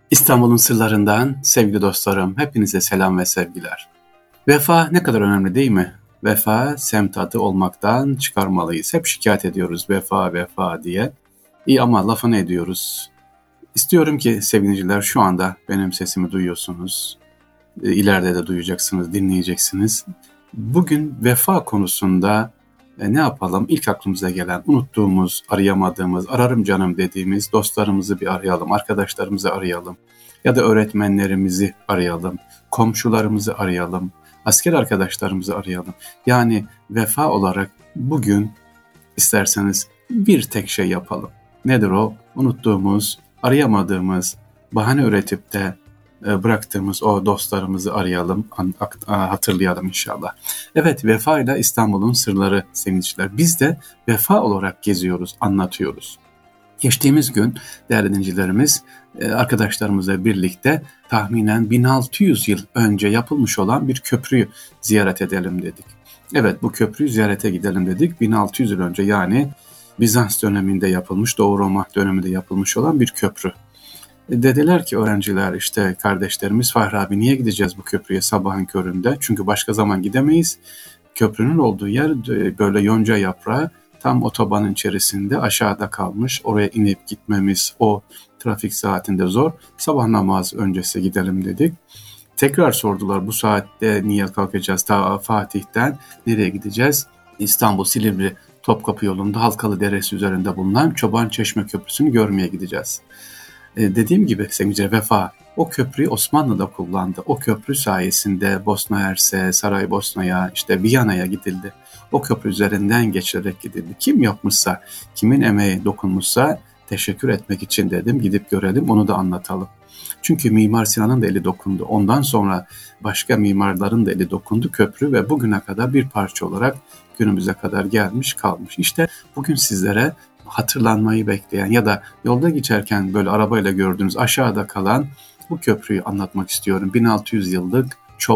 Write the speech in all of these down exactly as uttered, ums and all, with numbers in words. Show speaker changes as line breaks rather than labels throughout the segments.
İstanbul'un sırlarından sevgili dostlarım, hepinize selam ve sevgiler. Vefa ne kadar önemli değil mi? Vefa semt adı olmaktan çıkarmalıyız. Hep şikayet ediyoruz vefa vefa diye. İyi ama lafını ediyoruz. İstiyorum ki sevgiliciler şu anda benim sesimi duyuyorsunuz. İleride de duyacaksınız, dinleyeceksiniz. Bugün vefa konusunda e, ne yapalım? İlk aklımıza gelen, unuttuğumuz, arayamadığımız, ararım canım dediğimiz dostlarımızı bir arayalım, arkadaşlarımızı arayalım ya da öğretmenlerimizi arayalım, komşularımızı arayalım, asker arkadaşlarımızı arayalım. Yani vefa olarak bugün isterseniz bir tek şey yapalım. Nedir o? Unuttuğumuz, arayamadığımız, bahane üretip de bıraktığımız o dostlarımızı arayalım, hatırlayalım inşallah. Evet, vefa ile İstanbul'un sırları sevinçler. Biz de vefa olarak geziyoruz, anlatıyoruz. Geçtiğimiz gün değerli dinleyicilerimiz arkadaşlarımızla birlikte tahminen bin altı yüz yıl önce yapılmış olan bir köprüyü ziyaret edelim dedik. Evet, bu köprüyü ziyarete gidelim dedik. bin altı yüz yıl önce, yani Bizans döneminde yapılmış, Doğu Roma döneminde yapılmış olan bir köprü. Dediler ki öğrenciler, işte kardeşlerimiz, Fahri abi niye gideceğiz bu köprüye sabahın köründe? Çünkü başka zaman gidemeyiz. Köprünün olduğu yer böyle yonca yaprağı, tam otobanın içerisinde aşağıda kalmış. Oraya inip gitmemiz o trafik saatinde zor. Sabah namazı öncesi gidelim dedik. Tekrar sordular, bu saatte niye kalkacağız? Ta Fatih'ten nereye gideceğiz? İstanbul, Silivri, Topkapı yolunda Halkalı Deresi üzerinde bulunan Çobançeşme Köprüsü'nü görmeye gideceğiz. Ee, dediğim gibi sevgili vefa, o köprüyü Osmanlı da kullandı. O köprü sayesinde Bosna Hersek, Saraybosna'ya, işte Viyana'ya gidildi. O köprü üzerinden geçerek gidildi. Kim yapmışsa, kimin emeği dokunmuşsa teşekkür etmek için dedim, gidip görelim, onu da anlatalım. Çünkü Mimar Sinan'ın da eli dokundu. Ondan sonra başka mimarların da eli dokundu köprü ve bugüne kadar bir parça olarak günümüze kadar gelmiş kalmış. İşte bugün sizlere hatırlanmayı bekleyen ya da yolda geçerken böyle arabayla gördüğünüz aşağıda kalan bu köprüyü anlatmak istiyorum. bin altı yüz yıllık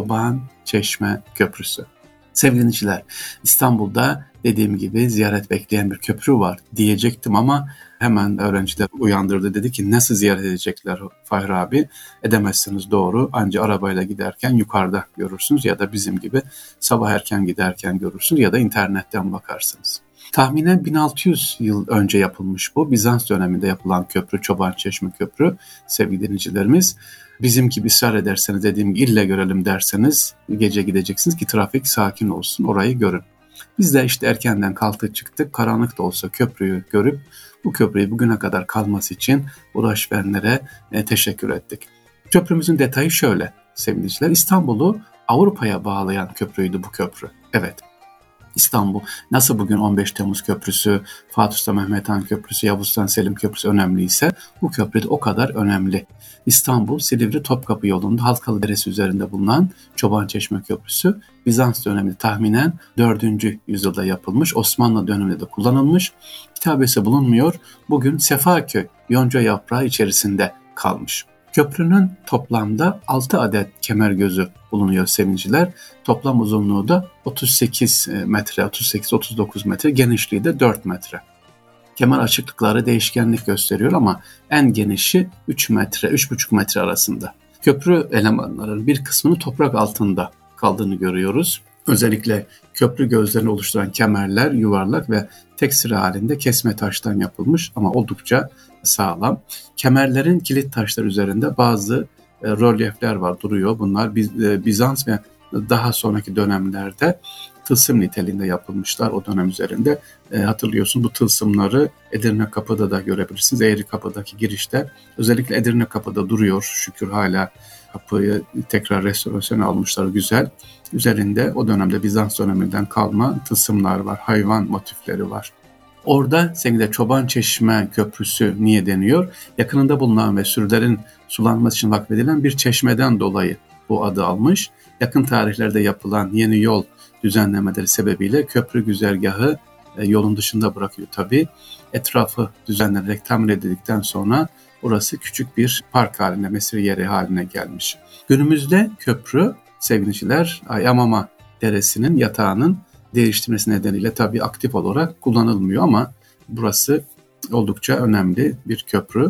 Çobançeşme Köprüsü. Sevgili dinleyiciler, İstanbul'da dediğim gibi ziyaret bekleyen bir köprü var diyecektim ama hemen öğrenciler uyandırdı, dedi ki nasıl ziyaret edecekler Fahri abi? Edemezsiniz, doğru, anca arabayla giderken yukarıda görürsünüz ya da bizim gibi sabah erken giderken görürsünüz ya da internetten bakarsınız. Tahminen bin altı yüz yıl önce yapılmış bu. Bizans döneminde yapılan köprü, Çobançeşme Köprü sevgili dinleyicilerimiz. Bizim gibi ısrar ederseniz, dediğim gibi ille görelim derseniz gece gideceksiniz ki trafik sakin olsun, orayı görün. Biz de işte erkenden kalktık çıktık, karanlık da olsa köprüyü görüp bu köprüyü bugüne kadar kalması için uğraş verenlere e, teşekkür ettik. Köprümüzün detayı şöyle sevgili dinleyiciler, İstanbul'u Avrupa'ya bağlayan köprüydü bu köprü. Evet. İstanbul nasıl bugün on beş Temmuz Köprüsü, Fatih Sultan Mehmet Han Köprüsü, Yavuz Sultan Selim Köprüsü önemliyse bu köprü de o kadar önemli. İstanbul, Silivri, Topkapı yolunda Halkalı Deresi üzerinde bulunan Çobançeşme Köprüsü Bizans döneminde tahminen dördüncü yüzyılda yapılmış, Osmanlı döneminde de kullanılmış. Kitabesi bulunmuyor. Bugün Sefaköy yonca yaprağı içerisinde kalmış. Köprünün toplamda altı adet kemergözü bulunuyor sevgiliciler. Toplam uzunluğu da otuz sekiz metre, otuz sekiz otuz dokuz metre, genişliği de dört metre. Kemer açıklıkları değişkenlik gösteriyor ama en genişi üç metre, üç buçuk metre arasında. Köprü elemanlarının bir kısmının toprak altında kaldığını görüyoruz. Özellikle köprü gözlerini oluşturan kemerler yuvarlak ve tek sıra halinde kesme taştan yapılmış ama oldukça sağlam. Kemerlerin kilit taşlar üzerinde bazı e, rölyefler var, duruyor. Bunlar Bizans ve daha sonraki dönemlerde tılsım niteliğinde yapılmışlar o dönem üzerinde. E, hatırlıyorsun, bu tılsımları Edirne Kapı'da da görebilirsiniz. Eğri Kapı'daki girişte özellikle Edirne Kapı'da duruyor. Şükür hala kapıyı tekrar restorasyon almışlar, güzel. Üzerinde o dönemde Bizans döneminden kalma tılsımlar var, hayvan motifleri var. Orada sevgili Çobançeşme Köprüsü niye deniyor? Yakınında bulunan ve sürülerin sulanması için vakfedilen bir çeşmeden dolayı bu adı almış. Yakın tarihlerde yapılan yeni yol düzenlemeleri sebebiyle köprü güzergahı e, yolun dışında bırakıyor tabii. Etrafı düzenlenerek tamir edildikten sonra orası küçük bir park haline, mesire yeri haline gelmiş. Günümüzde köprü sevgiliciler Ayamama Deresi'nin yatağının değiştirmesi nedeniyle tabii aktif olarak kullanılmıyor ama burası oldukça önemli bir köprü.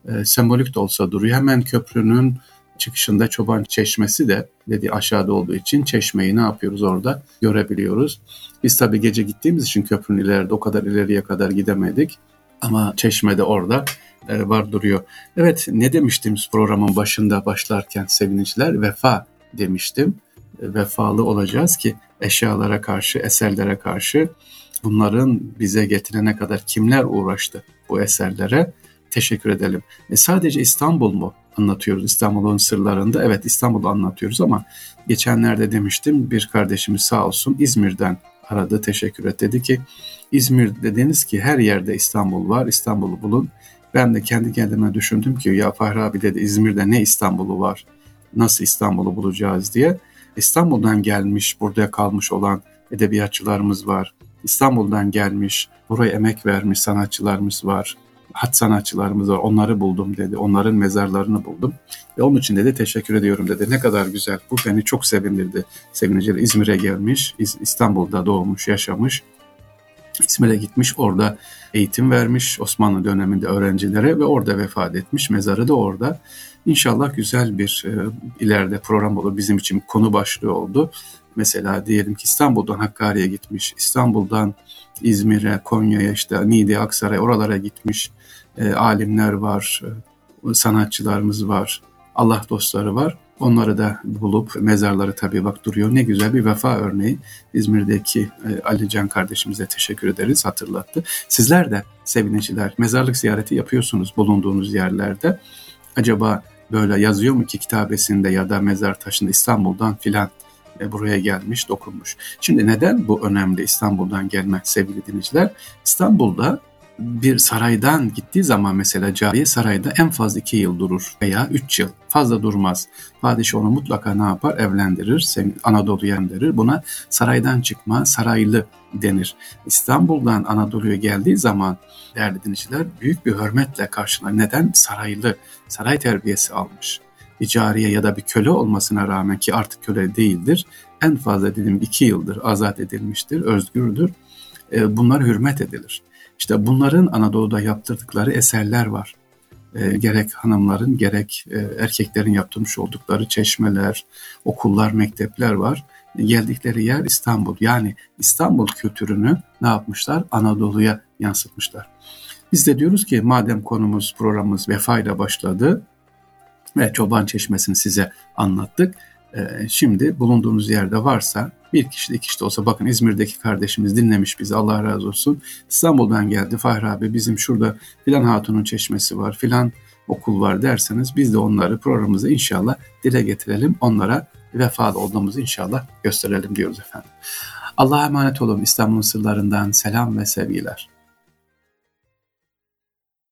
e, sembolik de olsa duruyor. Hemen köprünün çıkışında Çoban Çeşmesi de dedi aşağıda olduğu için çeşmeyi ne yapıyoruz orada görebiliyoruz. Biz tabii gece gittiğimiz için köprünün ileride o kadar ileriye kadar gidemedik. Ama çeşme de orada e, var duruyor. Evet, ne demiştim programın başında başlarken sevinçler? Vefa demiştim. E, vefalı olacağız ki eşyalara karşı, eserlere karşı bunların bize getirene kadar kimler uğraştı bu eserlere? Teşekkür edelim. E sadece İstanbul mu anlatıyoruz? İstanbul'un sırlarında evet İstanbul'u anlatıyoruz ama geçenlerde demiştim bir kardeşimiz sağ olsun İzmir'den aradı, teşekkür et. Dedi ki İzmir dediniz ki her yerde İstanbul var, İstanbul'u bulun. Ben de kendi kendime düşündüm ki ya Fahri abi dedi İzmir'de ne İstanbul'u var? Nasıl İstanbul'u bulacağız diye. İstanbul'dan gelmiş, burada kalmış olan edebiyatçılarımız var. İstanbul'dan gelmiş, buraya emek vermiş sanatçılarımız var. Hat sanatçılarımız var. Onları buldum dedi. Onların mezarlarını buldum. Ve onun için dedi teşekkür ediyorum dedi. Ne kadar güzel. Bu beni çok sevindirdi. Sevinci İzmir'e gelmiş, İstanbul'da doğmuş, yaşamış. İzmir'e gitmiş, orada eğitim vermiş Osmanlı döneminde öğrencilere ve orada vefat etmiş. Mezarı da orada. İnşallah güzel bir e, ileride program olur. Bizim için konu başlığı oldu. Mesela diyelim ki İstanbul'dan Hakkari'ye gitmiş, İstanbul'dan İzmir'e, Konya'ya, işte Niğde, Aksaray oralara gitmiş e, alimler var, e, sanatçılarımız var, Allah dostları var. Onları da bulup mezarları tabii bak duruyor. Ne güzel bir vefa örneği. İzmir'deki e, Ali Can kardeşimize teşekkür ederiz, hatırlattı. Sizler de sevinçliler mezarlık ziyareti yapıyorsunuz bulunduğunuz yerlerde. Acaba böyle yazıyor mu ki kitabesinde ya da mezar taşında İstanbul'dan filan e, buraya gelmiş, dokunmuş. Şimdi neden bu önemli İstanbul'dan gelmek sevgili dinleyiciler? İstanbul'da bir saraydan gittiği zaman mesela cariye sarayda en fazla iki yıl durur veya üç yıl. Fazla durmaz. Padişah onu mutlaka ne yapar? Evlendirir, Anadolu'ya gönderir. Buna saraydan çıkma, saraylı denir. İstanbul'dan Anadolu'ya geldiği zaman değerli dinleyiciler büyük bir hürmetle karşılar. Neden? Saraylı, saray terbiyesi almış. Bir cariye ya da bir köle olmasına rağmen ki artık köle değildir. En fazla dediğim iki yıldır azat edilmiştir, özgürdür. Bunlar hürmet edilir. İşte bunların Anadolu'da yaptırdıkları eserler var. E, gerek hanımların gerek e, erkeklerin yaptırmış oldukları çeşmeler, okullar, mektepler var. Geldikleri yer İstanbul. Yani İstanbul kültürünü ne yapmışlar? Anadolu'ya yansıtmışlar. Biz de diyoruz ki madem konumuz, programımız vefayla başladı ve Çoban Çeşmesi'ni size anlattık. E, şimdi bulunduğunuz yerde varsa bir kişi de iki kişi de olsa bakın İzmir'deki kardeşimiz dinlemiş bizi Allah razı olsun. İstanbul'dan geldi Fahri abi bizim şurada filan hatunun çeşmesi var filan okul var derseniz biz de onları programımıza inşallah dile getirelim. Onlara vefalı olduğumuzu inşallah gösterelim diyoruz efendim. Allah'a emanet olun. İstanbul'un sırlarından selam ve sevgiler.